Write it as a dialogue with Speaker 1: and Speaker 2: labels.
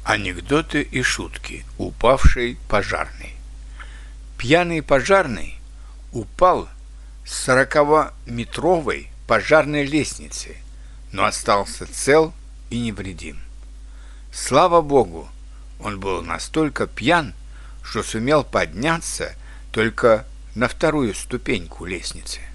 Speaker 1: Анекдоты и шутки упавшей пожарной. Пьяный пожарный упал с 40-метровой пожарной лестницы, но остался цел и невредим. Слава Богу, он был настолько пьян, что сумел подняться только на 2-ю ступеньку лестницы.